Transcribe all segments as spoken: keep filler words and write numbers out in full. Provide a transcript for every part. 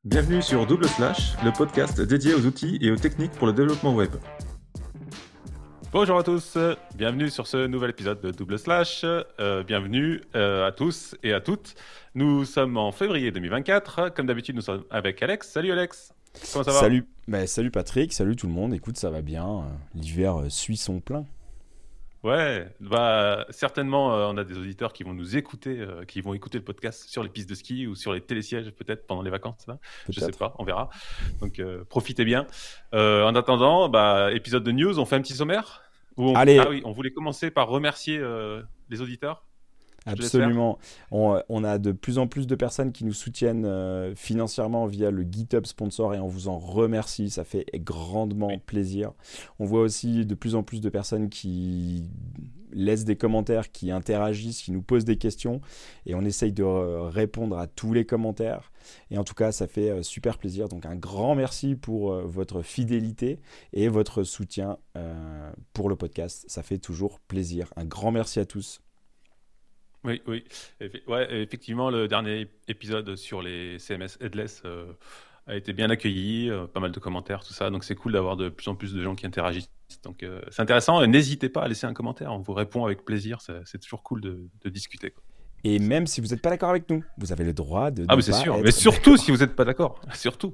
Bienvenue sur Double Slash, le podcast dédié aux outils et aux techniques pour le développement web. Bonjour à tous, bienvenue sur ce nouvel épisode de Double Slash. Euh, bienvenue euh, à tous et à toutes. Nous sommes en février deux mille vingt-quatre. Comme d'habitude, nous sommes avec Alex. Salut Alex, comment ça va ? Salut, bah, salut Patrick, salut tout le monde. Écoute, ça va bien. L'hiver suit son plein. Ouais, bah certainement euh, on a des auditeurs qui vont nous écouter, euh, qui vont écouter le podcast sur les pistes de ski ou sur les télésièges peut-être pendant les vacances là. Je sais pas, on verra. Donc euh, profitez bien. Euh, en attendant, bah épisode de news, on fait un petit sommaire. Où on... Allez. Ah oui, on voulait commencer par remercier euh, les auditeurs. Absolument. On, on a de plus en plus de personnes qui nous soutiennent euh, financièrement via le GitHub sponsor et on vous en remercie. Ça fait grandement oui. plaisir. On voit aussi de plus en plus de personnes qui laissent des commentaires, qui interagissent, qui nous posent des questions et on essaye de euh, répondre à tous les commentaires. Et en tout cas, ça fait euh, super plaisir. Donc un grand merci pour euh, votre fidélité et votre soutien euh, pour le podcast. Ça fait toujours plaisir. Un grand merci à tous. Oui, oui. Ouais, effectivement, le dernier épisode sur les C M S headless euh, a été bien accueilli, euh, pas mal de commentaires, tout ça. Donc, c'est cool d'avoir de plus en plus de gens qui interagissent. Donc, euh, c'est intéressant. N'hésitez pas à laisser un commentaire. On vous répond avec plaisir. C'est, c'est toujours cool de, de discuter, quoi. Et même si vous n'êtes pas d'accord avec nous, vous avez le droit de. Ah, mais c'est sûr. Mais surtout si vous n'êtes pas d'accord. Surtout.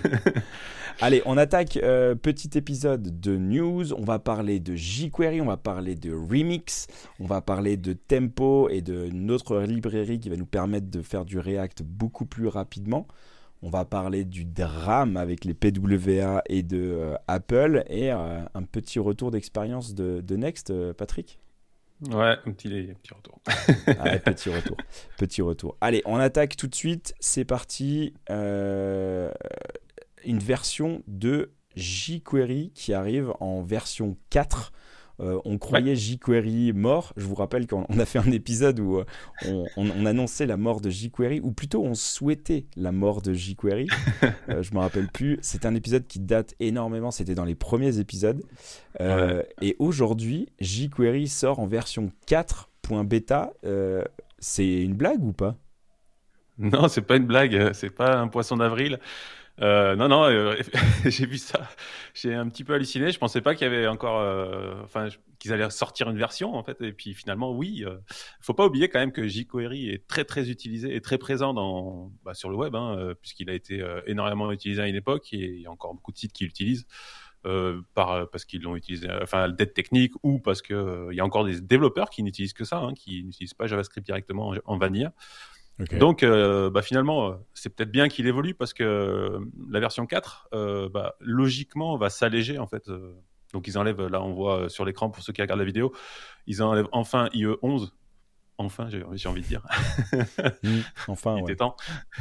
Allez, on attaque. Euh, petit épisode de news. On va parler de jQuery, on va parler de Remix, on va parler de Tempo et de notre librairie qui va nous permettre de faire du React beaucoup plus rapidement. On va parler du drame avec les P W A et de euh, Apple et euh, un petit retour d'expérience de, de Next, euh, Patrick. Ouais, un petit, un petit retour. ah, petit retour. Petit retour. Allez, on attaque tout de suite. C'est parti. Euh, une version de jQuery qui arrive en version quatre. Euh, on croyait ouais. jQuery mort. Je vous rappelle qu'on a fait un épisode où euh, on, on, on annonçait la mort de jQuery, ou plutôt on souhaitait la mort de jQuery. euh, je ne me rappelle plus. C'est un épisode qui date énormément. C'était dans les premiers épisodes. Euh, ouais. Et aujourd'hui, jQuery sort en version quatre point bêta. Euh, c'est une blague ou pas ? Non, c'est pas une blague. C'est pas un poisson d'avril. Euh, non, non, euh, j'ai vu ça, j'ai un petit peu halluciné. Je pensais pas qu'il y avait encore, euh, enfin, qu'ils allaient sortir une version en fait. Et puis finalement, oui. Euh, faut pas oublier quand même que jQuery est très très utilisé et très présent dans, bah, sur le web, hein, euh, puisqu'il a été euh, énormément utilisé à une époque et il y a encore beaucoup de sites qui l'utilisent euh, par parce qu'ils l'ont utilisé, enfin, d'aide technique ou parce que euh, il y a encore des développeurs qui n'utilisent que ça, hein, qui n'utilisent pas JavaScript directement en, en vanilla. Okay. Donc, euh, bah, finalement, c'est peut-être bien qu'il évolue parce que euh, la version quatre, euh, bah, logiquement, va s'alléger en fait. Euh, donc, ils enlèvent, là, on voit sur l'écran pour ceux qui regardent la vidéo, ils enlèvent enfin I E onze. Enfin, j'ai, j'ai envie de dire. mmh, enfin, il ouais. était temps.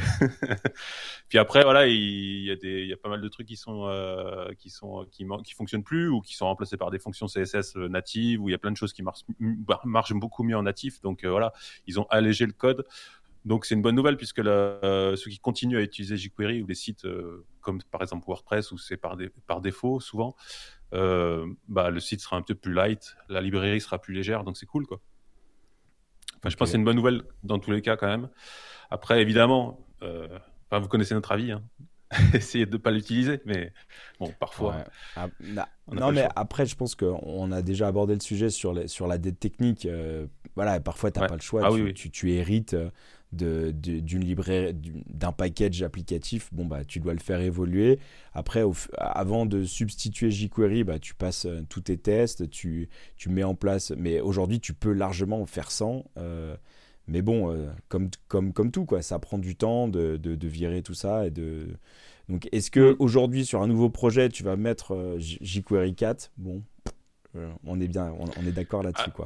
Puis après, voilà, il, il y a des, il y a pas mal de trucs qui sont, euh, qui sont, qui, qui fonctionnent plus ou qui sont remplacés par des fonctions C S S natives. Où il y a plein de choses qui marchent, marchent beaucoup mieux en natif. Donc euh, voilà, ils ont allégé le code. Donc, c'est une bonne nouvelle puisque la, euh, ceux qui continuent à utiliser jQuery ou des sites euh, comme par exemple WordPress où c'est par, dé, par défaut souvent, euh, bah, le site sera un peu plus light, la librairie sera plus légère, donc c'est cool, quoi. Enfin, okay. Je pense que c'est une bonne nouvelle dans tous les cas quand même. Après, évidemment, euh, enfin, vous connaissez notre avis, hein. Essayez de ne pas l'utiliser, mais bon, parfois. Ouais. Ah, nah, non, mais après, je pense qu'on a déjà abordé le sujet sur, les, sur la dette technique. Euh, voilà, parfois, tu n'as ouais. pas le choix. Ah, tu, oui, oui. Tu, tu hérites de, de, d'une librairie, d'un package applicatif. Bon, bah, tu dois le faire évoluer. Après, au, avant de substituer jQuery, bah, tu passes euh, tous tes tests, tu, tu mets en place. Mais aujourd'hui, tu peux largement faire sans. Euh, Mais bon, euh, comme, comme, comme tout, quoi, ça prend du temps de, de, de virer tout ça. Et de... Donc, est-ce qu'aujourd'hui, sur un nouveau projet, tu vas mettre euh, jQuery quatre ? Bon, euh, on est bien, on, on est d'accord là-dessus, ah. quoi.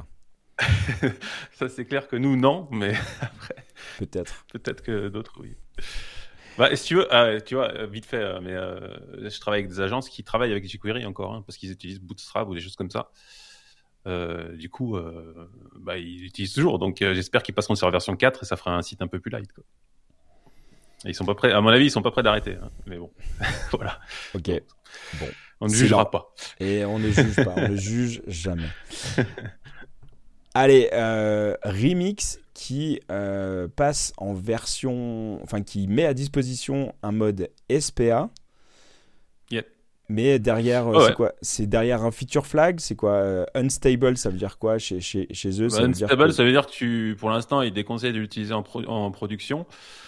Ça, c'est clair que nous, non, mais après... Peut-être. Peut-être que d'autres, oui. Bah, si tu veux, euh, tu vois, vite fait, mais euh, je travaille avec des agences qui travaillent avec jQuery encore, hein, parce qu'ils utilisent Bootstrap ou des choses comme ça. Euh, du coup, euh, bah, ils l'utilisent toujours. Donc, euh, j'espère qu'ils passeront sur la version quatre et ça fera un site un peu plus light, quoi. Et ils sont pas prêts, à mon avis, ils sont pas prêts d'arrêter. Hein. Mais bon, voilà. Ok. Bon. On ne jugera là. pas. Et on ne juge pas. On ne juge jamais. Allez, euh, Remix qui euh, passe en version, enfin qui met à disposition un mode S P A. Yep. Mais derrière, oh, c'est ouais. quoi? C'est derrière un feature flag. C'est quoi? euh, Unstable, ça veut dire quoi chez, chez, chez eux? Bah, Ça veut dire Unstable, que... ça veut dire que tu, pour l'instant, ils déconseillent de l'utiliser en, pro- en production.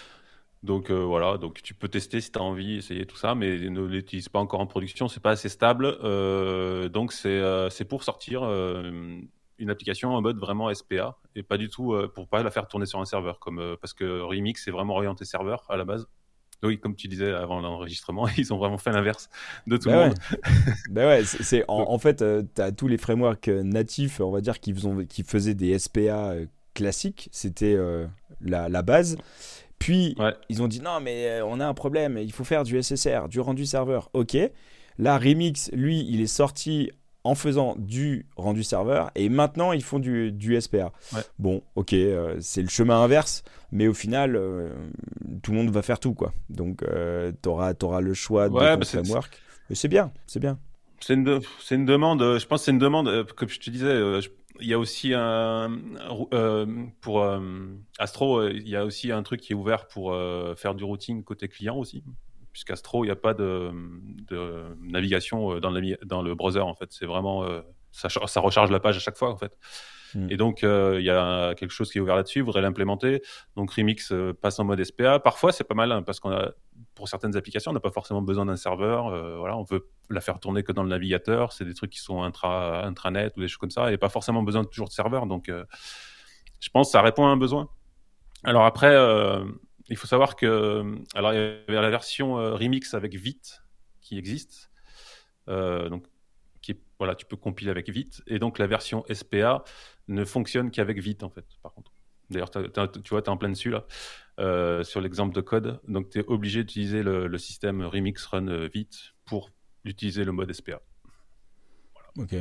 Donc euh, voilà, donc tu peux tester si tu as envie, essayer tout ça, mais ne l'utilise pas encore en production, c'est pas assez stable. Euh, donc c'est euh, c'est pour sortir euh, une application en mode vraiment S P A et pas du tout euh, pour pas la faire tourner sur un serveur, comme euh, parce que Remix c'est vraiment orienté serveur à la base. Oui, comme tu disais avant l'enregistrement, ils ont vraiment fait l'inverse de tout bah le ouais. monde. bah ouais, c'est, c'est en, en fait, euh, tu as tous les frameworks euh, natifs, on va dire, qui, faisaient, qui faisaient des S P A euh, classiques, c'était euh, la, la base. Puis, Ouais. ils ont dit non, mais euh, on a un problème, il faut faire du S S R, du rendu serveur. Ok. Là, Remix, lui, il est sorti en faisant du rendu serveur et maintenant, ils font du, du S P A. Ouais. Bon, ok, euh, c'est le chemin inverse, mais au final, euh, tout le monde va faire tout, quoi. Donc, euh, tu auras le choix de Ouais, ton bah, c'est- framework. Et c'est bien, c'est bien. C'est une, de- c'est une demande, euh, je pense que c'est une demande, euh, comme je te disais, euh, je- il y a aussi un, euh, pour euh, Astro, euh, il y a aussi un truc qui est ouvert pour euh, faire du routing côté client aussi, puisqu'Astro, il n'y a pas de, de navigation euh, dans le, dans le browser en fait, c'est vraiment, euh, ça, cha- ça recharge la page à chaque fois en fait. Mm. Et donc, euh, il y a quelque chose qui est ouvert là-dessus, vous voudrez l'implémenter. Donc, Remix euh, passe en mode S P A. Parfois, c'est pas mal hein, parce qu'on a, pour certaines applications, on n'a pas forcément besoin d'un serveur. Euh, voilà, on veut la faire tourner que dans le navigateur. C'est des trucs qui sont intra, intranet ou des choses comme ça. Et pas forcément besoin de toujours de serveur. Donc, euh, je pense que ça répond à un besoin. Alors après, euh, il faut savoir que, alors il y avait la version euh, Remix avec Vite qui existe. Euh, donc, qui est, voilà, tu peux compiler avec Vite. Et donc, la version S P A ne fonctionne qu'avec Vite, en fait, par contre. D'ailleurs, t'as- t'as- tu vois, tu es en plein dessus, là, euh, sur l'exemple de code. Donc, tu es obligé d'utiliser le, le système Remix Run euh, Vite pour utiliser le mode S P A. Ok.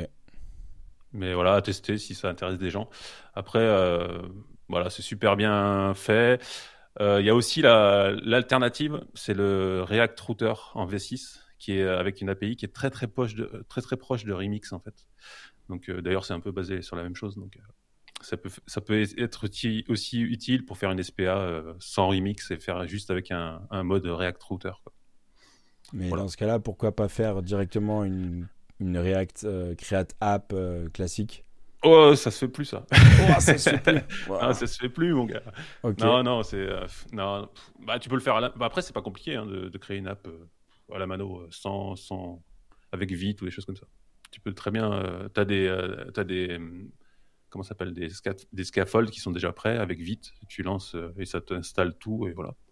Mais voilà, à tester si ça intéresse des gens. Après, euh, voilà, c'est super bien fait. Euh, Il y a aussi la- l'alternative, c'est le React Router en V six, qui est avec une A P I qui est très très proche de, très, très proche de Remix, en fait. Donc, euh, d'ailleurs, c'est un peu basé sur la même chose. Donc, euh, ça peut, ça peut être uti- aussi utile pour faire une S P A euh, sans Remix et faire juste avec un, un mode React Router, quoi. Mais Voilà. dans ce cas-là, pourquoi pas faire directement une, une React euh, Create App euh, classique? Oh, ça se fait plus, ça. Oh, ça se fait plus. Wow. Ah, ça se fait plus, mon gars. Ok. Non, non, c'est. euh, non, pff, bah, tu peux le faire à la... bah, après, c'est pas compliqué hein, de, de créer une app euh, à la mano euh, sans, sans... avec Vite ou des choses comme ça. Tu peux très bien. Euh, tu as des. Euh, t'as des hum, comment ça s'appelle des, sca- des scaffolds qui sont déjà prêts avec Vite. Tu lances euh, et ça t'installe tout et voilà.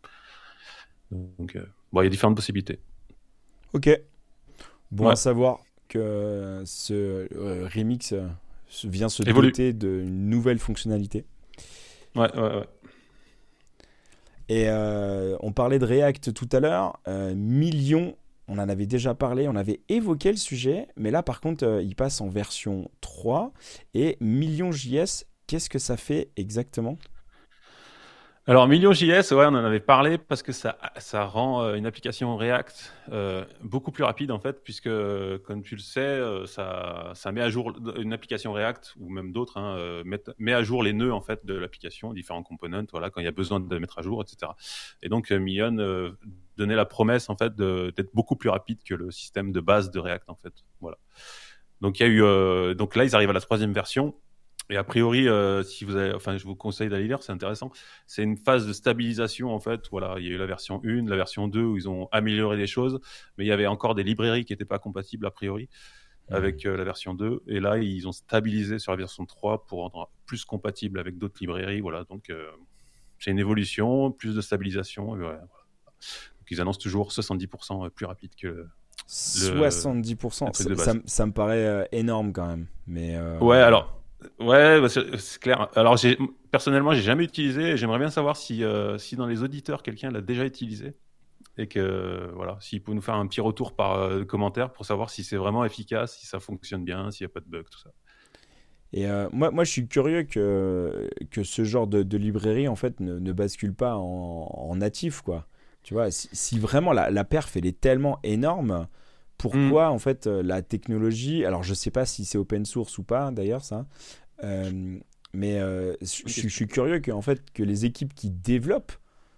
Donc, euh, bon, il y a différentes possibilités. Ok. Bon Ouais. à savoir que ce euh, remix euh, se- vient se Évolue. doter d'une nouvelle fonctionnalité. Ouais, ouais, ouais. Et euh, on parlait de React tout à l'heure. Euh, Million, on en avait déjà parlé, on avait évoqué le sujet. Mais là, par contre, euh, il passe en version trois. Et Million J S, qu'est-ce que ça fait exactement? Alors, Million.js, ouais, on en avait parlé parce que ça, ça rend euh, une application React euh, beaucoup plus rapide, en fait, puisque, euh, comme tu le sais, euh, ça, ça met à jour une application React, ou même d'autres, hein, euh, met, met à jour les nœuds, en fait, de l'application, différents components, voilà, quand il y a besoin de les mettre à jour, et cetera. Et donc, euh, Million euh, donnait la promesse, en fait, de- d'être beaucoup plus rapide que le système de base de React, en fait. Voilà. Donc, il y a eu, euh, donc là, ils arrivent à la troisième version. Et a priori, euh, si vous avez, enfin, je vous conseille d'aller lire, c'est intéressant. C'est une phase de stabilisation, en fait. Voilà, il y a eu la version un, la version deux, où ils ont amélioré les choses, mais il y avait encore des librairies qui n'étaient pas compatibles, a priori, avec euh, la version deux. Et là, ils ont stabilisé sur la version trois pour rendre plus compatible avec d'autres librairies. Voilà, donc euh, c'est une évolution, plus de stabilisation. Et voilà. Donc, ils annoncent toujours soixante-dix pour cent plus rapide que... soixante-dix pour cent, le truc de ça, base. ça, ça me paraît euh, énorme quand même. Mais euh, Ouais, alors... Ouais, bah, c'est c'est clair. Alors, j'ai, personnellement, j'ai jamais utilisé. Et j'aimerais bien savoir si, euh, si dans les auditeurs, quelqu'un l'a déjà utilisé et que voilà, s'il peut nous faire un petit retour par euh, commentaire pour savoir si c'est vraiment efficace, si ça fonctionne bien, s'il n'y a pas de bug, tout ça. Et euh, moi, moi, je suis curieux que, que ce genre de, de librairie en fait ne, ne bascule pas en, en natif, quoi. Tu vois, si, si vraiment la, la perf elle est tellement énorme, pourquoi en fait euh, la technologie, alors je sais pas si c'est open source ou pas d'ailleurs ça, euh, mais euh, je, Ok. je suis curieux que, en fait, que les équipes qui développent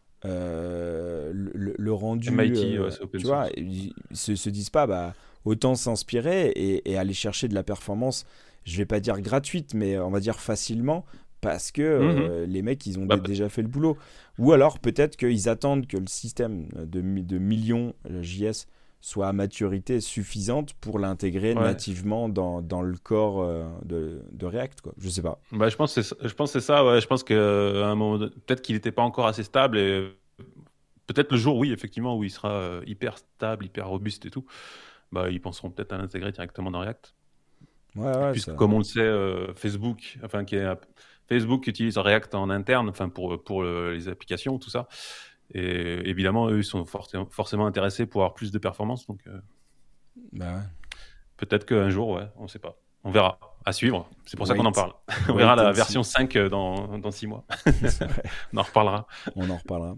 euh, le, le- le rendu, M I T, euh, ouais, c'est open tu vois, source. ils se, se disent pas, bah, autant s'inspirer et, et aller chercher de la performance, je vais pas dire gratuite, mais on va dire facilement, parce que Mhm. euh, les mecs, ils ont Bah, dé- déjà fait le boulot. Ou alors, peut-être qu'ils attendent que le système de, mi- de millions euh, J S soit à maturité suffisante pour l'intégrer ouais. nativement dans, dans le corps euh, de, de React, quoi. Je sais pas. Bah, je pense que c'est ça, je pense que c'est ça, ouais. Je pense qu'à un moment donné, peut-être qu'il n'était pas encore assez stable et peut-être le jour, oui, effectivement, où il sera euh, hyper stable, hyper robuste et tout, bah, ils penseront peut-être à l'intégrer directement dans React. Ouais, ouais, Puisque, ça. comme on le sait, euh, Facebook, enfin, qui est, un- Facebook utilise React en interne, enfin, pour, pour euh, les applications, tout ça. Et évidemment, eux, ils sont forcément, forcément intéressés pour avoir plus de performance. Donc, euh, Bah ouais. peut-être qu'un jour, ouais, on ne sait pas. On verra. À suivre. C'est pour ça qu'on en Wait, parle. On verra wait la and see. version cinq euh, dans, dans six mois. Ouais, On en reparlera. on en reparlera.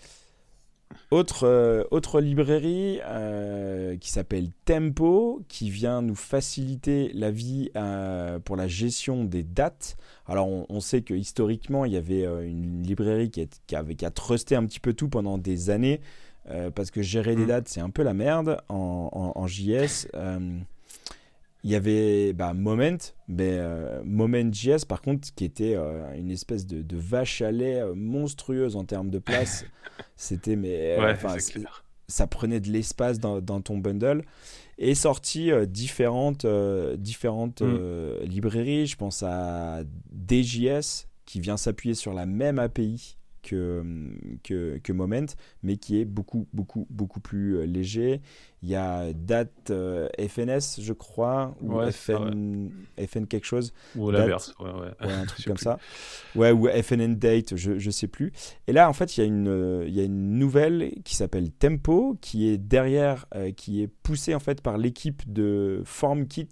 Autre, euh, autre librairie euh, qui s'appelle Tempo, qui vient nous faciliter la vie euh, pour la gestion des dates. Alors, on, on sait que historiquement, il y avait euh, une librairie qui, est- qui avait qui a trusté un petit peu tout pendant des années, euh, parce que gérer les Mm. dates, c'est un peu la merde en, en- en J S. Euh, il y avait bah, Moment, mais euh, Moment.js par contre, qui était euh, une espèce de, de vache à lait euh, monstrueuse en termes de place. C'était, mais euh, Ouais, enfin, c'est c- clair. ça prenait de l'espace dans, dans ton bundle. Et sorti euh, différentes, euh, différentes Mm. euh, librairies. Je pense à D J S qui vient s'appuyer sur la même A P I que, que, que Moment, mais qui est beaucoup, beaucoup, beaucoup plus euh, léger. Il y a Date euh, F N S, je crois, ou Ouais, c'est ça, ouais. F N, F N quelque chose. Ou Date, l'inverse, ouais, ouais. ouais, un Je truc sais comme plus. ça. Ouais, ou F N N Date, je, je sais plus. Et là, en fait, il y a une, euh, il y a une nouvelle qui s'appelle Tempo, qui est derrière, euh, qui est poussée en fait par l'équipe de FormKit,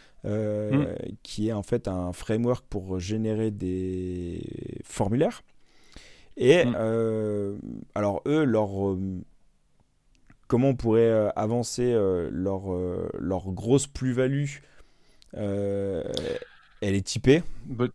euh, Mm. qui est en fait un framework pour générer des formulaires. Et Mm. euh, alors eux, leur, euh, comment on pourrait euh, avancer euh, leur, euh, leur grosse plus-value, euh, elle est typée. But-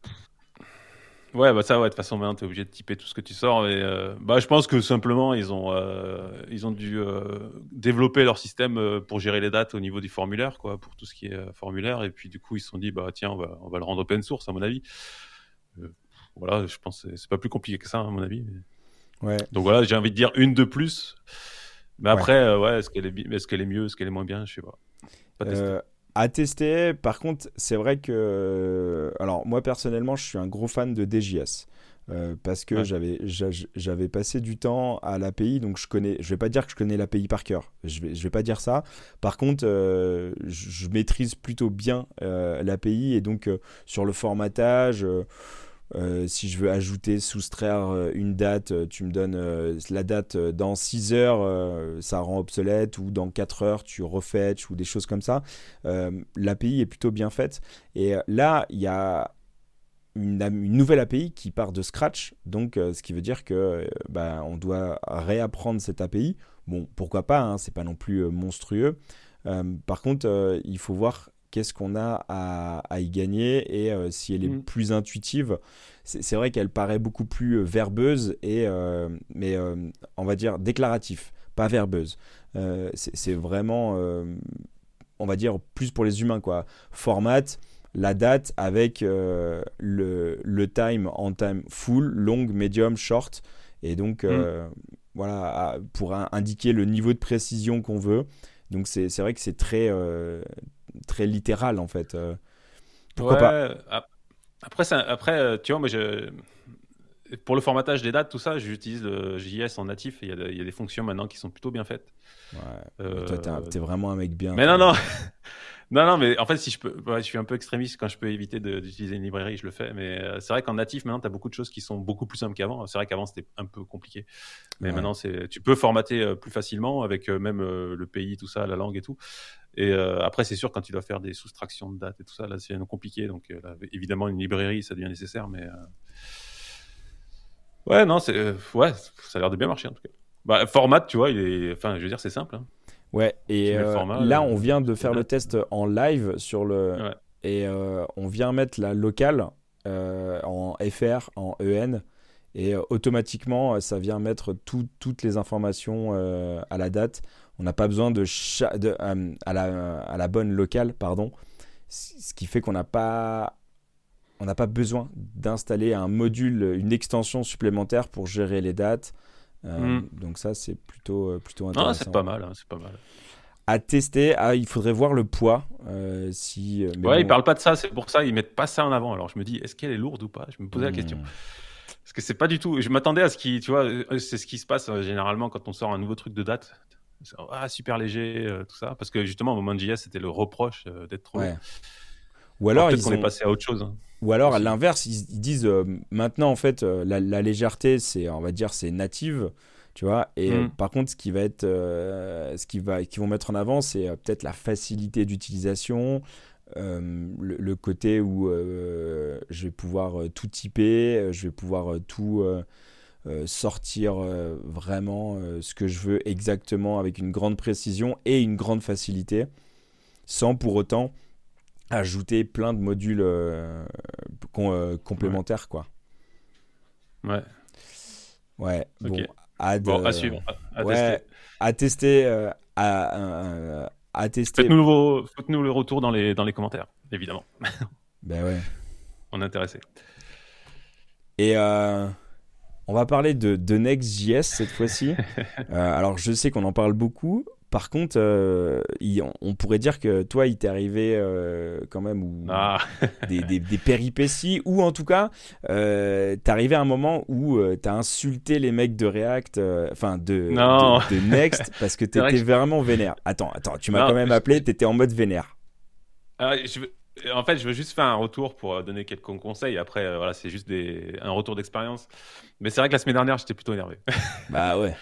Ouais, bah ça, ouais, de toute façon, maintenant, t'es obligé de typer tout ce que tu sors. Et, euh, bah, je pense que simplement, ils ont, euh, ils ont dû euh, développer leur système euh, pour gérer les dates au niveau du formulaire, quoi, pour tout ce qui est euh, formulaire. Et puis, du coup, ils se sont dit, bah, tiens, on va, on va le rendre open source, à mon avis. Euh, voilà, je pense que c'est- c'est pas plus compliqué que ça, à mon avis. Ouais, Donc voilà, j'ai envie de dire une de plus. Mais ouais. après, euh, ouais, est-ce qu'elle est, bi- est-ce qu'elle est mieux, est-ce qu'elle est moins bien, je sais pas. Pas testé. Euh, à tester, par contre, c'est vrai que. Alors, moi personnellement, je suis un gros fan de D J S. euh, parce que Ouais. j'avais, j'a- j'avais passé du temps à l'A P I, donc je connais, je vais pas dire que je connais l'A P I par cœur, je vais, je vais pas dire ça. Par contre, euh, je, je maîtrise plutôt bien euh, l'A P I et donc euh, sur le formatage, euh, euh, si je veux ajouter, soustraire euh, une date, euh, tu me donnes euh, la date euh, dans six heures, euh, ça rend obsolète, ou dans quatre heures, tu refetches, ou des choses comme ça. Euh, L'A P I est plutôt bien faite. Et euh, là, il y a une, une nouvelle A P I qui part de scratch, donc euh, ce qui veut dire que euh, bah, on doit réapprendre cette A P I. Bon, pourquoi pas, hein, c'est pas non plus euh, monstrueux. Euh, par contre, euh, il faut voir qu'est-ce qu'on a à, à y gagner et euh, si elle est Mm. plus intuitive. C'est c'est vrai qu'elle paraît beaucoup plus euh, verbeuse, et, euh, mais euh, on va dire déclaratif, pas verbeuse. Euh, c'est c'est vraiment, euh, on va dire, plus pour les humains, quoi. Format, la date avec euh, le, le time en time full, long, medium, short. Et donc, euh, voilà, à- pour un- indiquer le niveau de précision qu'on veut. Donc, c'est c'est vrai que c'est très, euh, très littéral, en fait. Euh, pourquoi pas? Ouais, ap- après, ça- après, euh, tu vois, moi, je, pour le formatage des dates, tout ça, j'utilise le J S en natif et il y, a de- il y a des fonctions maintenant qui sont plutôt bien faites. Ouais, Euh, mais toi, t'es un- t'es vraiment un mec bien, Mais toi. non, non, non, non, mais en fait, si je peux, ouais, je suis un peu extrémiste quand je peux éviter de- d'utiliser une librairie, je le fais. Mais euh, c'est vrai qu'en natif, maintenant, tu as beaucoup de choses qui sont beaucoup plus simples qu'avant. C'est vrai qu'avant, c'était un peu compliqué. Mais Ouais. maintenant, c'est, tu peux formater euh, plus facilement avec euh, même euh, le pays, tout ça, la langue et tout. Et euh, après, c'est sûr, quand tu dois faire des soustractions de dates et tout ça, là, c'est compliqué. Donc, euh, là, évidemment, une librairie, ça devient nécessaire. Mais euh, ouais, non, c'est, euh, ouais, ça a l'air de bien marcher en tout cas. Bah, format, tu vois, il est, enfin, je veux dire, c'est simple. Hein. Ouais, et Tu mets le euh, format, là, le- on vient de les faire le dates. test en live sur le. Ouais. Et euh, on vient mettre la locale. euh, en F R, en E N, et euh, automatiquement, ça vient mettre tout, toutes les informations euh, à la date. On n'a pas besoin de, cha- de euh, à, la, à la bonne locale, pardon, ce qui fait qu'on n'a pas, on n'a pas besoin d'installer un module, une extension supplémentaire pour gérer les dates. Euh, Mm. Donc ça, c'est plutôt, plutôt Ah, intéressant. c'est pas mal, hein, c'est pas mal. À tester, ah, il faudrait voir le poids. euh, si, mais Ouais, bon. ils parlent pas de ça, c'est pour ça ils mettent pas ça en avant. Alors je me dis, est-ce qu'elle est lourde ou pas? Je me posais la question. Hmm. Parce que c'est pas du tout. Je m'attendais à ce qui, tu vois, euh, c'est ce qui se passe euh, généralement quand on sort un nouveau truc de date. C'est, ah, super léger, euh, tout ça. Parce que justement, au moment de J S, c'était le reproche euh, d'être trop Ouais. lourd. Ou Alors alors, peut-être ils qu'on est ont... passé à autre chose. hein. Ou alors à Aussi. l'inverse, ils, ils disent euh, maintenant en fait euh, la, la légèreté, c'est on va dire c'est native, tu vois. Et euh, Mm. par contre, ce qui va être, euh, ce qui va, qu'ils vont mettre en avant, c'est euh, peut-être la facilité d'utilisation, euh, le, le côté où euh, je vais pouvoir euh, tout typer, euh, je vais pouvoir euh, tout euh, euh, sortir euh, vraiment euh, ce que je veux exactement avec une grande précision et une grande facilité, sans pour autant ajouter plein de modules euh, com- euh, complémentaires, quoi. Ouais. Ouais, Ok. bon, à, de- Bon, à suivre, à, à ouais, tester. à tester, euh, à, euh, à tester. Faites-nous, le, vos- faites-nous le retour dans les, dans les commentaires, évidemment. Ben ouais. On est intéressé. Et euh, on va parler de, de Next.js cette fois-ci. Euh, alors, je sais qu'on en parle beaucoup. Par contre, euh, il- on, on pourrait dire que toi, il t'est arrivé euh, quand même ou Ah, des, des, des péripéties, ou en tout cas, euh, t'es arrivé à un moment où euh, t'as insulté les mecs de React, euh, enfin de, Non. de, de Next, parce que C'est vrai t'étais que je- vraiment vénère. Attends, attends, tu m'as Non, quand même je- appelé, t'étais en mode vénère. Ah, je veux- En fait, je veux juste faire un retour pour euh, donner quelques conseils. Après, euh, voilà, c'est juste des... un retour d'expérience. Mais c'est vrai que la semaine dernière, j'étais plutôt énervé. Bah ouais.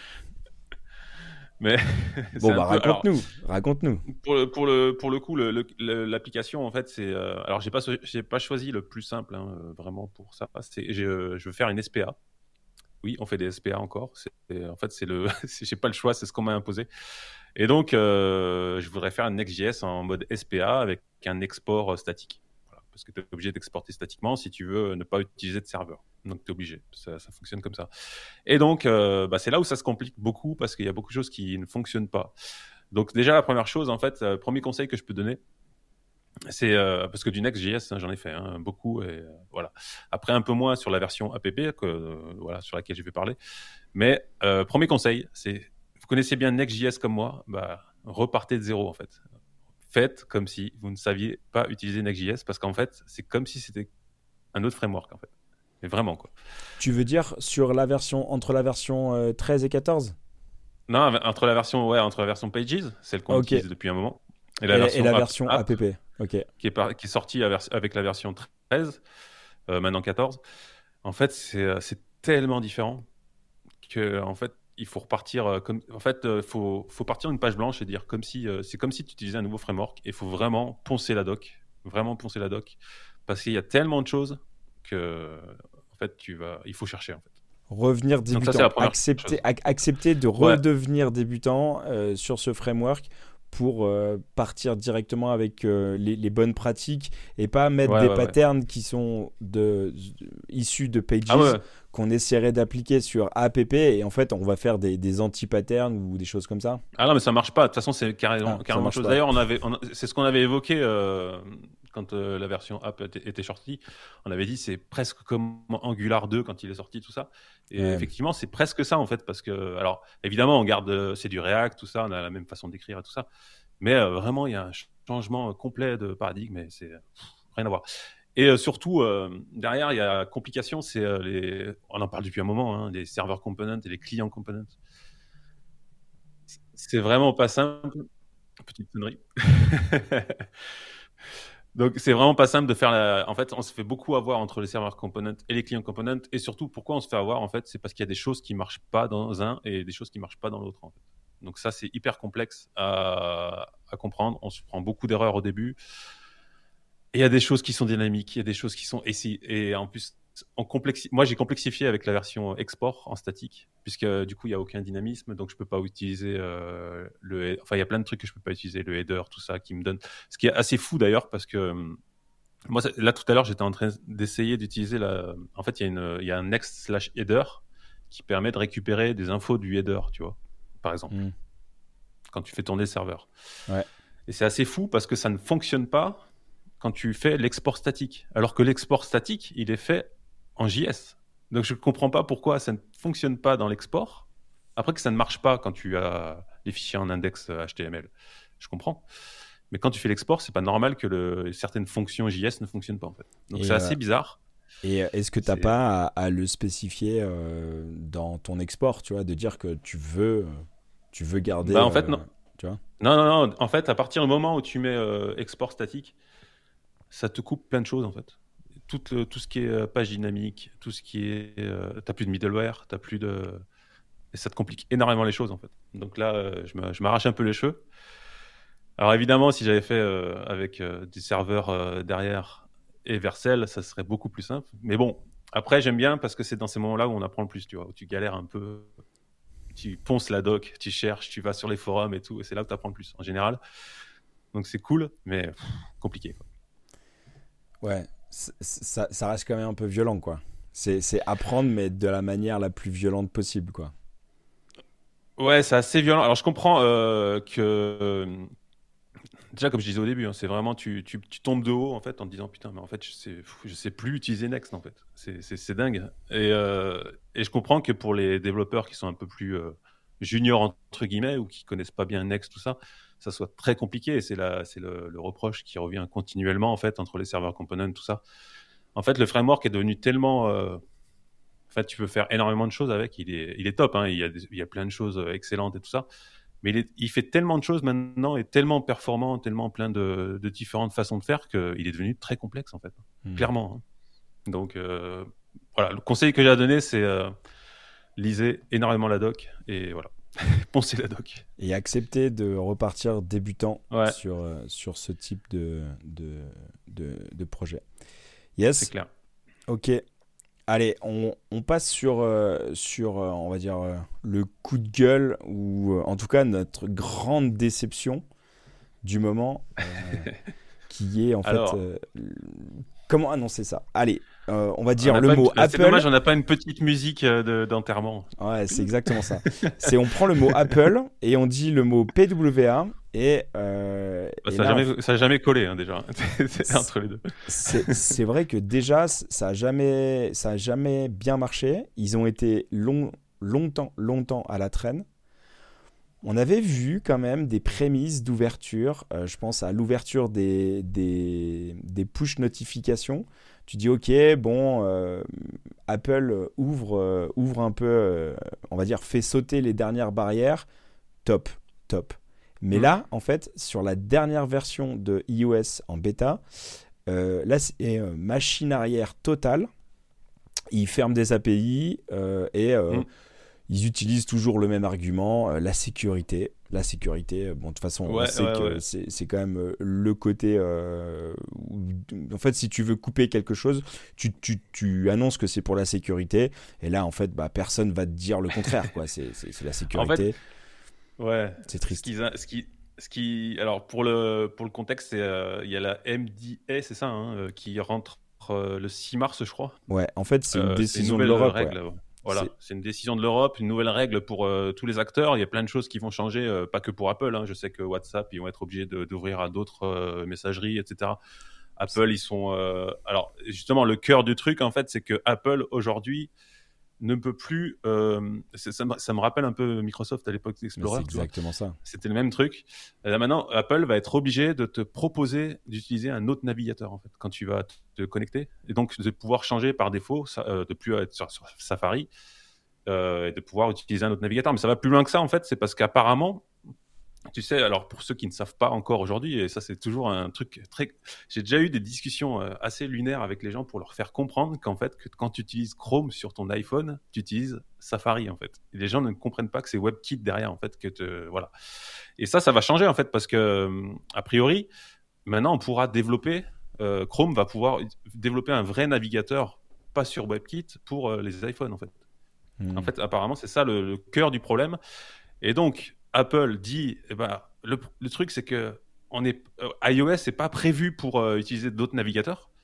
Mais Bon, c'est un bah peu- alors, raconte-nous, raconte-nous. pour le, pour le, pour le coup, le- le- le- l'application, en fait, c'est. euh, Alors, j'ai pas, so- j'ai pas choisi le plus simple, hein, euh, vraiment, pour ça. C'est, j'ai, euh, je veux faire une S P A. Oui, on fait des S P A encore. C'est, en fait, c'est le, c'est- j'ai pas le choix, c'est ce qu'on m'a imposé. Et donc, euh, je voudrais faire un Next.js en mode S P A avec un export euh, statique. Voilà, parce que tu es obligé d'exporter statiquement si tu veux ne pas utiliser de serveur. Donc, tu es obligé. Ça, ça fonctionne comme ça. Et donc, euh, bah, c'est là où ça se complique beaucoup parce qu'il y a beaucoup de choses qui ne fonctionnent pas. Donc, déjà, la première chose, en fait, le premier conseil que je peux donner, c'est euh, parce que du Next.js, hein, j'en ai fait hein, beaucoup. Et, euh, voilà. Après, un peu moins sur la version app que, euh, voilà, sur laquelle je vais parler. Mais euh, premier conseil, c'est vous connaissez bien Next.js comme moi, bah, repartez de zéro en fait. Faites comme si vous ne saviez pas utiliser Next.js parce qu'en fait, c'est comme si c'était un autre framework en fait. Mais vraiment quoi. Tu veux dire sur la version, entre la version euh, treize et quatorze? Non, entre la version, ouais, entre la version Pages, celle qu'on Ok. utilise depuis un moment, et Et, la et version, la app, version app, app. Ok. qui, est par- qui est sortie avec la version treize, euh, maintenant quatorze. En fait, c'est, euh, c'est tellement différent que en fait, il faut repartir euh, comme en fait, euh, faut faut partir d'une page blanche et dire comme si euh, c'est comme si tu utilisais un nouveau framework et il faut vraiment poncer la doc, vraiment poncer la doc parce qu'il y a tellement de choses que en fait, tu vas il faut chercher en fait. Revenir Donc ça, débutant, c'est la première accepter, chose. ac- accepter de Ouais. redevenir débutant euh, sur ce framework pour euh, partir directement avec euh, les, les bonnes pratiques et pas mettre Ouais, des ouais, ouais. patterns qui sont de, issus de Pages Ah ouais. qu'on essaierait d'appliquer sur app et en fait on va faire des, des anti-patterns ou des choses comme ça. Ah non, mais ça marche pas. De toute façon, c'est carrément, Ah, ça carrément autre marche chose. pas. D'ailleurs, on avait, on a- c'est ce qu'on avait évoqué euh, quand euh, la version app était, était sortie. On avait dit c'est presque comme Angular deux quand il est sorti, tout ça. Et Ouais. effectivement, c'est presque ça en fait, parce que, alors, évidemment, on garde, euh, c'est du React, tout ça, on a la même façon d'écrire et tout ça. Mais euh, vraiment, il y a un changement complet de paradigme et c'est pff, rien à voir. Et euh, surtout, euh, derrière, il y a complication, c'est euh, les, on en parle depuis un moment, hein, les serveurs components et les clients components. C'est vraiment pas simple. Petite connerie. Donc, c'est vraiment pas simple de faire la. En fait, on se fait beaucoup avoir entre les serveurs components et les clients components. Et surtout, pourquoi on se fait avoir, en fait, c'est parce qu'il y a des choses qui marchent pas dans un et des choses qui marchent pas dans l'autre, en fait. Donc, ça, c'est hyper complexe à, à comprendre. On se prend beaucoup d'erreurs au début. Et il y a des choses qui sont dynamiques, il y a des choses qui sont. Et, si... et en plus, on complexi... moi, j'ai complexifié avec la version export en statique, puisque du coup, il n'y a aucun dynamisme. Donc, je ne peux pas utiliser euh, le. Enfin, il y a plein de trucs que je ne peux pas utiliser, le header, tout ça, qui me donne. Ce qui est assez fou d'ailleurs, parce que Moi, ça- là, tout à l'heure, j'étais en train d'essayer d'utiliser la. En fait, il y a, une, il y a un next slash header qui permet de récupérer des infos du header, tu vois, par exemple, Mm. quand tu fais tourner le serveur. Ouais. Et c'est assez fou parce que ça ne fonctionne pas quand tu fais l'export statique. Alors que l'export statique, il est fait en J S. Donc, je ne comprends pas pourquoi ça ne fonctionne pas dans l'export. Après que ça ne marche pas quand tu as les fichiers en index H T M L. Je comprends. Mais quand tu fais l'export, c'est pas normal que le, certaines fonctions J S ne fonctionnent pas en fait. Donc Et, c'est assez euh, bizarre. Et est-ce que tu n'as C'est- pas à, à le spécifier euh, dans ton export, tu vois, de dire que tu veux, tu veux garder. Bah en fait euh, non. Tu vois Non non non. En fait, à partir du moment où tu mets euh, export statique, ça te coupe plein de choses en fait. Tout, le, tout ce qui est euh, page dynamique, tout ce qui est, euh, t'as plus de middleware, t'as plus de, et ça te complique énormément les choses en fait. Donc là, euh, je me- je m'arrache un peu les cheveux. Alors évidemment, si j'avais fait euh, avec euh, des serveurs euh, derrière et Vercel, ça serait beaucoup plus simple. Mais bon, après j'aime bien parce que c'est dans ces moments-là où on apprend le plus, tu vois, où tu galères un peu, tu ponces la doc, tu cherches, tu vas sur les forums et tout, et c'est là où tu apprends le plus en général. Donc c'est cool, mais pff, compliqué, quoi. Ouais, c'est- c'est- ça, ça reste quand même un peu violent, quoi. C'est c'est apprendre, mais de la manière la plus violente possible, quoi. Ouais, c'est assez violent. Alors je comprends euh, que euh, déjà, comme je disais au début, hein, c'est vraiment tu, tu, tu tombes de haut en fait en te disant putain, mais en fait je sais, je sais plus utiliser Next en fait. C'est, c'est, c'est dingue. Et, euh, et je comprends que pour les développeurs qui sont un peu plus euh, juniors entre guillemets ou qui connaissent pas bien Next tout ça, ça soit très compliqué. Et c'est la, c'est le, le reproche qui revient continuellement en fait entre les serveurs components tout ça. En fait, le framework est devenu tellement euh, en fait, tu peux faire énormément de choses avec. Il est, il est top. Hein. Il y a des- il y a plein de choses excellentes et tout ça. Mais il, est- il fait tellement de choses maintenant et tellement performant, tellement plein de, de différentes façons de faire qu'il est devenu très complexe en fait, Hmm. clairement. Hein. Donc euh, voilà, le conseil que j'ai à donner, c'est euh, lisez énormément la doc et voilà, poncez la doc. Et accepter de repartir débutant Ouais, sur, euh, sur ce type de, de, de, de projet. c'est Yes, clair. ok. Allez, on, on passe sur, euh, sur euh, on va dire, euh, le coup de gueule ou euh, en tout cas notre grande déception du moment euh, qui est en fait... Alors, euh, l- comment annoncer ça? Allez, euh, on va on dire n'a le pas une- mot c'est Apple. dommage, on n'a pas une petite musique euh, de- d'enterrement. Ouais, c'est exactement ça. C'est on prend le mot Apple et on dit le mot P W A et, euh, Bah, et ça n'a là, on jamais, ça a jamais collé hein, déjà. C'est C'est- entre les deux. c'est c'est vrai que déjà, c- ça a jamais, ça a jamais bien marché. Ils ont été long, longtemps, longtemps à la traîne. On avait vu quand même des prémices d'ouverture. Euh, je pense à l'ouverture des, des, des push notifications. Tu dis, OK, bon, euh, Apple ouvre, euh, ouvre un peu, euh, on va dire, fait sauter les dernières barrières. Top, top. Mais Mm. là, en fait, sur la dernière version de iOS en bêta, euh, là, c'est euh, machine arrière totale. Ils ferment des A P I euh, et euh, Mm. ils utilisent toujours le même argument, euh, la sécurité. La sécurité, euh, bon, de toute façon, on Ouais, sait ouais, que ouais. c'est, c'est quand même euh, le côté. euh, où- en fait, si tu veux couper quelque chose, tu, tu, tu annonces que c'est pour la sécurité. Et là, en fait, bah, personne va te dire le contraire, quoi. C'est, c'est, c'est la En sécurité. fait, ouais. C'est Ce triste. qui, ce qui, ce qui, alors pour le pour le contexte, c'est euh, il y a la M D A, c'est ça, hein, euh, qui rentre euh, le six mars, je crois. Ouais, en fait, c'est une Euh, c'est une décision de nouvelle l'Europe. Ouais. règle. ouais. C'est- Voilà, c'est une décision de l'Europe, une nouvelle règle pour euh, tous les acteurs. Il y a plein de choses qui vont changer, euh, pas que pour Apple. Hein. Je sais que WhatsApp, ils vont être obligés de- d'ouvrir à d'autres euh, messageries, et cetera. Apple, ils sont. euh, Alors, justement, le cœur du truc, en fait, c'est que Apple aujourd'hui ne peut plus. euh, c'est- ça, me- ça me rappelle un peu Microsoft à l'époque Mais d'Explorer. c'est tu vois. exactement ça. C'était le même truc. Et là maintenant, Apple va être obligé de te proposer d'utiliser un autre navigateur en fait quand tu vas te connecter, et donc de pouvoir changer par défaut, ça, euh, de plus être sur, sur Safari euh, et de pouvoir utiliser un autre navigateur. Mais ça va plus loin que ça en fait. C'est parce qu'apparemment, tu sais, alors pour ceux qui ne savent pas encore aujourd'hui, et ça c'est toujours un truc très. J'ai déjà eu des discussions euh, assez lunaires avec les gens pour leur faire comprendre qu'en fait, que quand tu utilises Chrome sur ton iPhone, tu utilises Safari en fait. Et les gens ne comprennent pas que c'est WebKit derrière en fait, que te voilà. Et ça, ça va changer en fait parce que euh, a priori, maintenant on pourra développer. euh, Chrome va pouvoir développer un vrai navigateur, pas sur WebKit, pour euh, les iPhones en fait. Hmm. En fait, apparemment, c'est ça le, le cœur du problème. Et donc, Apple dit, eh ben, le, le truc, c'est que on est, euh, iOS n'est pas prévu pour euh, utiliser d'autres navigateurs.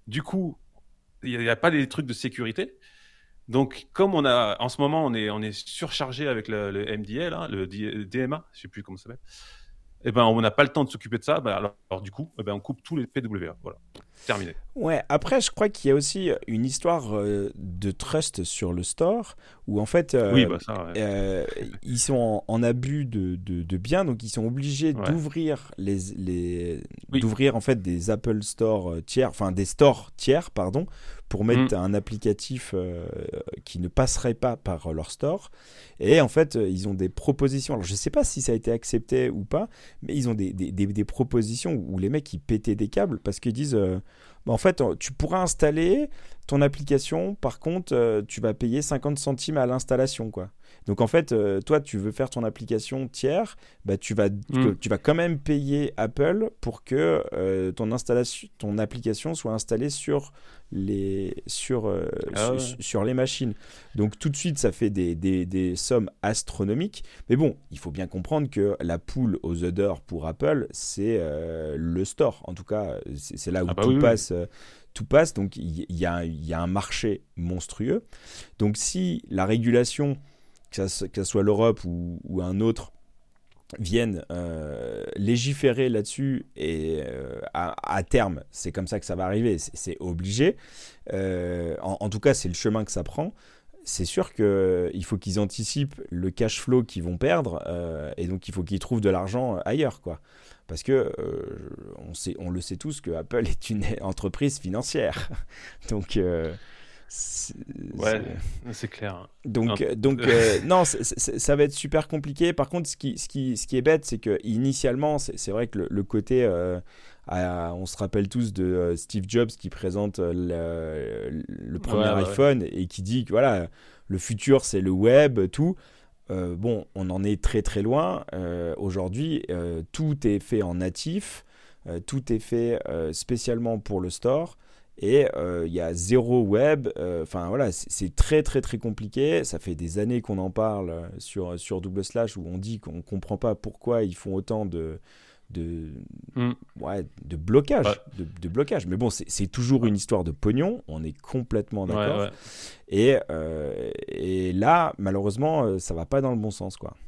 Du coup, il n'y a, a pas des trucs de sécurité. Donc, comme on a, en ce moment, on est, on est surchargé avec le, le M D A, là, le D M A, je ne sais plus comment ça s'appelle, eh ben, on n'a pas le temps de s'occuper de ça. Ben, alors, alors, du coup, eh ben, on coupe tous les P W A. Voilà, terminé. Ouais, après, je crois qu'il y a aussi une histoire euh, de trust sur le store où en fait, euh, oui, bah ça, ouais. euh, ils sont en, en abus de, de, de biens, donc ils sont obligés Ouais. d'ouvrir les, les Oui. d'ouvrir en fait des Apple Store tiers, enfin des stores tiers, pardon, pour mettre Mm. un applicatif euh, qui ne passerait pas par leur store. Et en fait, ils ont des propositions. Alors, je sais pas si ça a été accepté ou pas, mais ils ont des, des, des, des propositions où les mecs ils pétaient des câbles parce qu'ils disent. Euh, bah, en fait, tu pourras installer ton application, par contre, euh, tu vas payer cinquante centimes à l'installation, quoi. Donc en fait, euh, toi, tu veux faire ton application tiers, bah, tu, vas, Mm. tu vas quand même payer Apple pour que euh, ton, installation, ton application soit installée sur les, sur, euh, Ah ouais. sur, sur les machines. Donc tout de suite, ça fait des, des, des sommes astronomiques. Mais bon, il faut bien comprendre que la poule aux œufs d'or pour Apple, c'est euh, le store. En tout cas, c'est, c'est là où Ah bah tout oui, oui. passe. Euh, tout passe, donc il y, y, a, y a un marché monstrueux. Donc si la régulation, que ce que soit l'Europe ou, ou un autre, viennent euh, légiférer là-dessus et euh, à, à terme, c'est comme ça que ça va arriver, c'est, c'est obligé. Euh, en, en tout cas, c'est le chemin que ça prend. C'est sûr qu'il faut qu'ils anticipent le cash flow qu'ils vont perdre euh, et donc il faut qu'ils trouvent de l'argent ailleurs, quoi. Parce que euh, on, sait, on le sait tous que Apple est une entreprise financière. Donc euh, c'est, Ouais, c'est... c'est clair. Donc, Non. donc euh, non, c'est, c'est, ça va être super compliqué. Par contre, ce qui, ce qui, ce qui est bête, c'est que initialement, c'est, c'est vrai que le, le côté, euh, à, on se rappelle tous de euh, Steve Jobs qui présente euh, le, le premier Ouais, ouais, iPhone et qui dit que voilà, le futur c'est le web, tout. Euh, bon, on en est très très loin. Euh, aujourd'hui, euh, tout est fait en natif, euh, tout est fait euh, spécialement pour le store. Et il euh, y a zéro web. Enfin euh, voilà, c'est, c'est très très très compliqué. Ça fait des années qu'on en parle sur, sur Double Slash où on dit qu'on ne comprend pas pourquoi ils font autant de, de, mm. ouais, de blocage. Ouais. De, de blocage. Mais bon, c'est, c'est toujours une histoire de pognon. On est complètement d'accord. Ouais, ouais. Et, euh, et là, malheureusement, ça ne va pas dans le bon sens, quoi.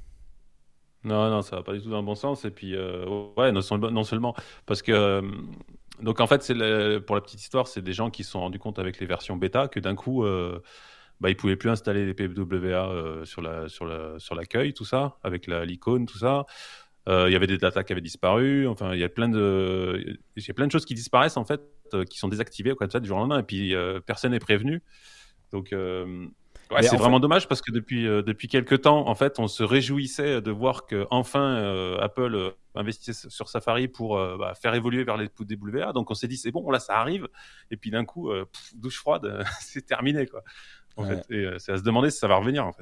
Non, non, ça va pas du tout dans le bon sens. Et puis, euh, ouais, non, non seulement parce que. Euh, donc, en fait, c'est le, pour la petite histoire, c'est des gens qui se sont rendus compte avec les versions bêta que d'un coup, euh, bah, ils pouvaient plus installer les P W A euh, sur, la, sur, la, sur l'accueil, tout ça, avec la, l'icône, tout ça. Euh, il y avait des datas qui avaient disparu. Enfin, il y a plein de, il y a plein de choses qui disparaissent, en fait, euh, qui sont désactivées comme ça, du jour au lendemain. Et puis, euh, personne n'est prévenu. Donc. Euh, Ouais, Mais c'est en vraiment fait... dommage parce que depuis, euh, depuis quelques temps, en fait, on se réjouissait de voir que enfin euh, Apple euh, investissait sur Safari pour euh, bah, faire évoluer vers les D W A. Donc on s'est dit c'est bon, là ça arrive. Et puis d'un coup, euh, pff, douche froide, c'est terminé quoi. En ouais. fait, et euh, c'est à se demander si ça va revenir en fait.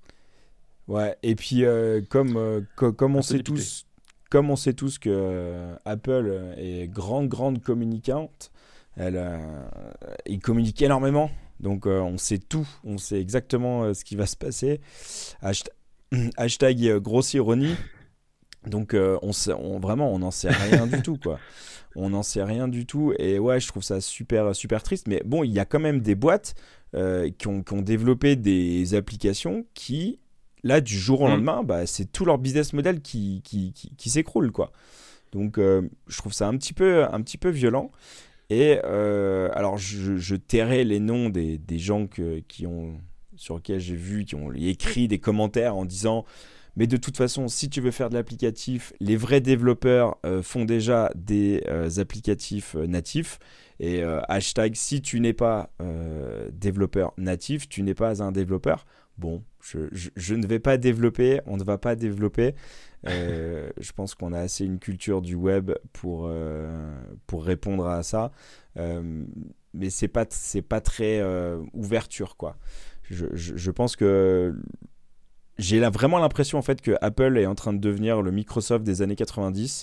Ouais. Et puis euh, comme euh, co- comme on sait dépité. tous, comme on sait tous que euh, Apple est grande grande communicante, elle, euh, il communique énormément. Donc euh, on sait tout, on sait exactement euh, ce qui va se passer. Hashtag, hashtag euh, grosse ironie. Donc euh, on sait, on, vraiment on n'en sait rien du tout quoi. On n'en sait rien du tout et ouais je trouve ça super super triste. Mais bon il y a quand même des boîtes euh, qui, ont, qui ont développé des applications qui là du jour au Mmh. lendemain bah, c'est tout leur business model qui, qui, qui, qui s'écroule quoi. Donc euh, je trouve ça un petit peu, un petit peu violent. Et euh, alors, je, je tairai les noms des, des gens que, qui ont, sur lesquels j'ai vu, qui ont écrit des commentaires en disant « Mais de toute façon, si tu veux faire de l'applicatif, les vrais développeurs euh, font déjà des euh, applicatifs euh, natifs. » Et euh, hashtag « Si tu n'es pas euh, développeur natif, tu n'es pas un développeur. » Bon, je, je, je ne vais pas développer, on ne va pas développer. Euh, je pense qu'on a assez une culture du web pour, euh, pour répondre à ça. Euh, mais c'est pas, c'est pas très euh, ouverture, quoi. Je, je, je pense que j'ai là vraiment l'impression en fait, que Apple est en train de devenir le Microsoft des années quatre-vingt-dix.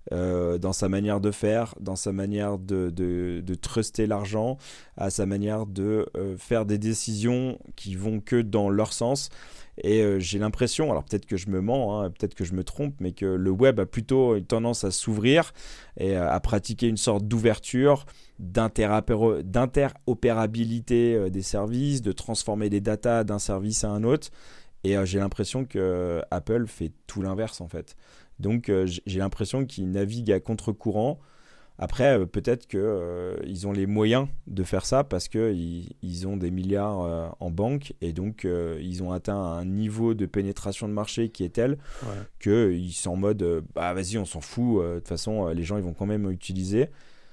euh, dans sa manière de faire, dans sa manière de, de, de truster l'argent, à sa manière de euh, faire des décisions qui vont que dans leur sens. Et euh, j'ai l'impression, alors peut-être que je me mens, hein, peut-être que je me trompe, mais que le web a plutôt une tendance à s'ouvrir et euh, à pratiquer une sorte d'ouverture, d'interopéra- d'interopérabilité euh, des services, de transformer les datas d'un service à un autre. Et euh, j'ai l'impression que euh, Apple fait tout l'inverse en fait. Donc euh, j'ai l'impression qu'ils naviguent à contre-courant. Après, euh, peut-être qu'ils euh, ont les moyens de faire ça parce qu'ils ils ont des milliards euh, en banque et donc euh, ils ont atteint un niveau de pénétration de marché qui est tel ouais. qu'ils sont en mode euh, bah vas-y, on s'en fout, euh, de toute façon, euh, les gens ils vont quand même utiliser.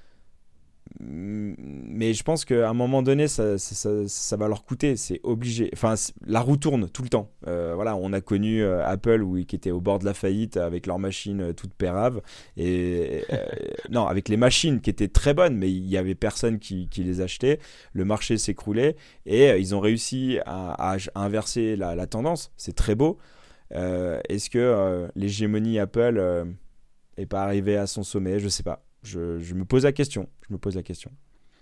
Mais je pense qu'à un moment donné, ça, ça, ça, ça va leur coûter, c'est obligé. Enfin, la roue tourne tout le temps. Euh, voilà, on a connu euh, Apple où, qui était au bord de la faillite avec leurs machines euh, toutes péraves. Et, euh, non, avec les machines qui étaient très bonnes, mais il n'y avait personne qui, qui les achetait. Le marché s'écroulait et euh, ils ont réussi à, à, à inverser la, la tendance. C'est très beau. Euh, est-ce que euh, l'hégémonie Apple n'est euh, pas arrivée à son sommet ? Je ne sais pas. Je, je me pose la question. Je me pose la question.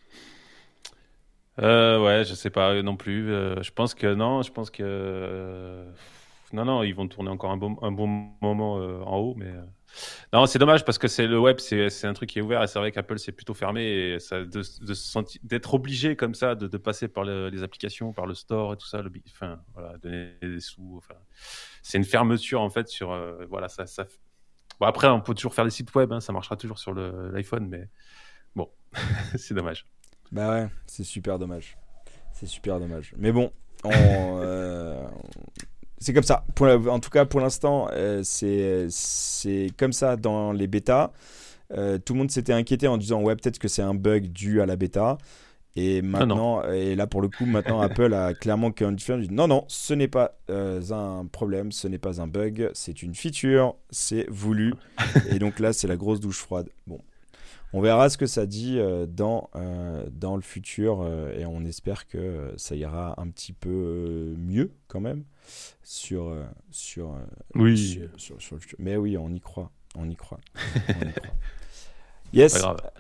Euh, ouais, je sais pas non plus. Euh, je pense que non. Je pense que euh, non, non, ils vont tourner encore un bon, un bon moment euh, en haut, mais euh... non, c'est dommage parce que c'est le web, c'est, c'est un truc qui est ouvert et c'est vrai qu'Apple c'est plutôt fermé et ça, de, de sentir, d'être obligé comme ça de, de passer par le, les applications, par le store et tout ça, le, enfin voilà, donner des sous. Enfin, c'est une fermeture en fait sur euh, voilà ça, ça. Bon, après, on peut toujours faire des sites web, hein, ça marchera toujours sur le, l'iPhone, mais bon, c'est dommage. Bah ouais, c'est super dommage. C'est super dommage. Mais bon, on, euh, c'est comme ça. Pour la, en tout cas, pour l'instant, euh, c'est, c'est comme ça dans les bêtas. Euh, tout le monde s'était inquiété en disant ouais, peut-être que c'est un bug dû à la bêta. Et maintenant, ah et là pour le coup, maintenant Apple a clairement confirmé, non, non, ce n'est pas euh, un problème, ce n'est pas un bug, c'est une feature, c'est voulu. Et donc là, c'est la grosse douche froide. Bon, on verra ce que ça dit euh, dans, euh, dans le futur euh, et on espère que euh, ça ira un petit peu euh, mieux quand même sur, euh, sur, euh, oui. sur, sur, sur le futur. Mais oui, on y croit, on y croit. On y croit. Yes. Pas grave.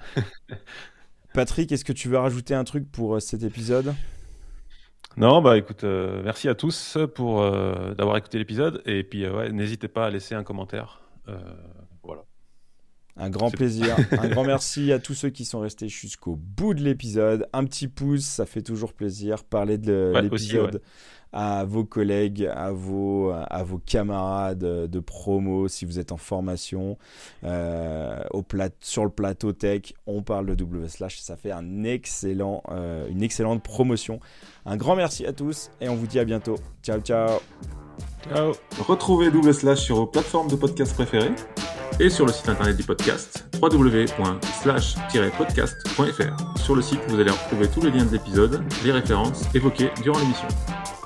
Patrick, est-ce que tu veux rajouter un truc pour euh, cet épisode ? Non, bah écoute, euh, merci à tous pour euh, d'avoir écouté l'épisode et puis euh, ouais, n'hésitez pas à laisser un commentaire. Euh, voilà. Un grand C'est plaisir. Un grand merci à tous ceux qui sont restés jusqu'au bout de l'épisode. Un petit pouce, ça fait toujours plaisir. Parler de ouais, l'épisode aussi, ouais. à vos collègues, à vos, à vos camarades de promo si vous êtes en formation. Euh, au plat, sur le plateau tech, on parle de W Slash. Ça fait un excellent, euh, une excellente promotion. Un grand merci à tous et on vous dit à bientôt. Ciao, ciao. Ciao. Retrouvez W Slash sur vos plateformes de podcast préférées et sur le site internet du podcast w w w point slash tiret podcast point f r. Sur le site, vous allez retrouver tous les liens de l'épisode, les références évoquées durant l'émission.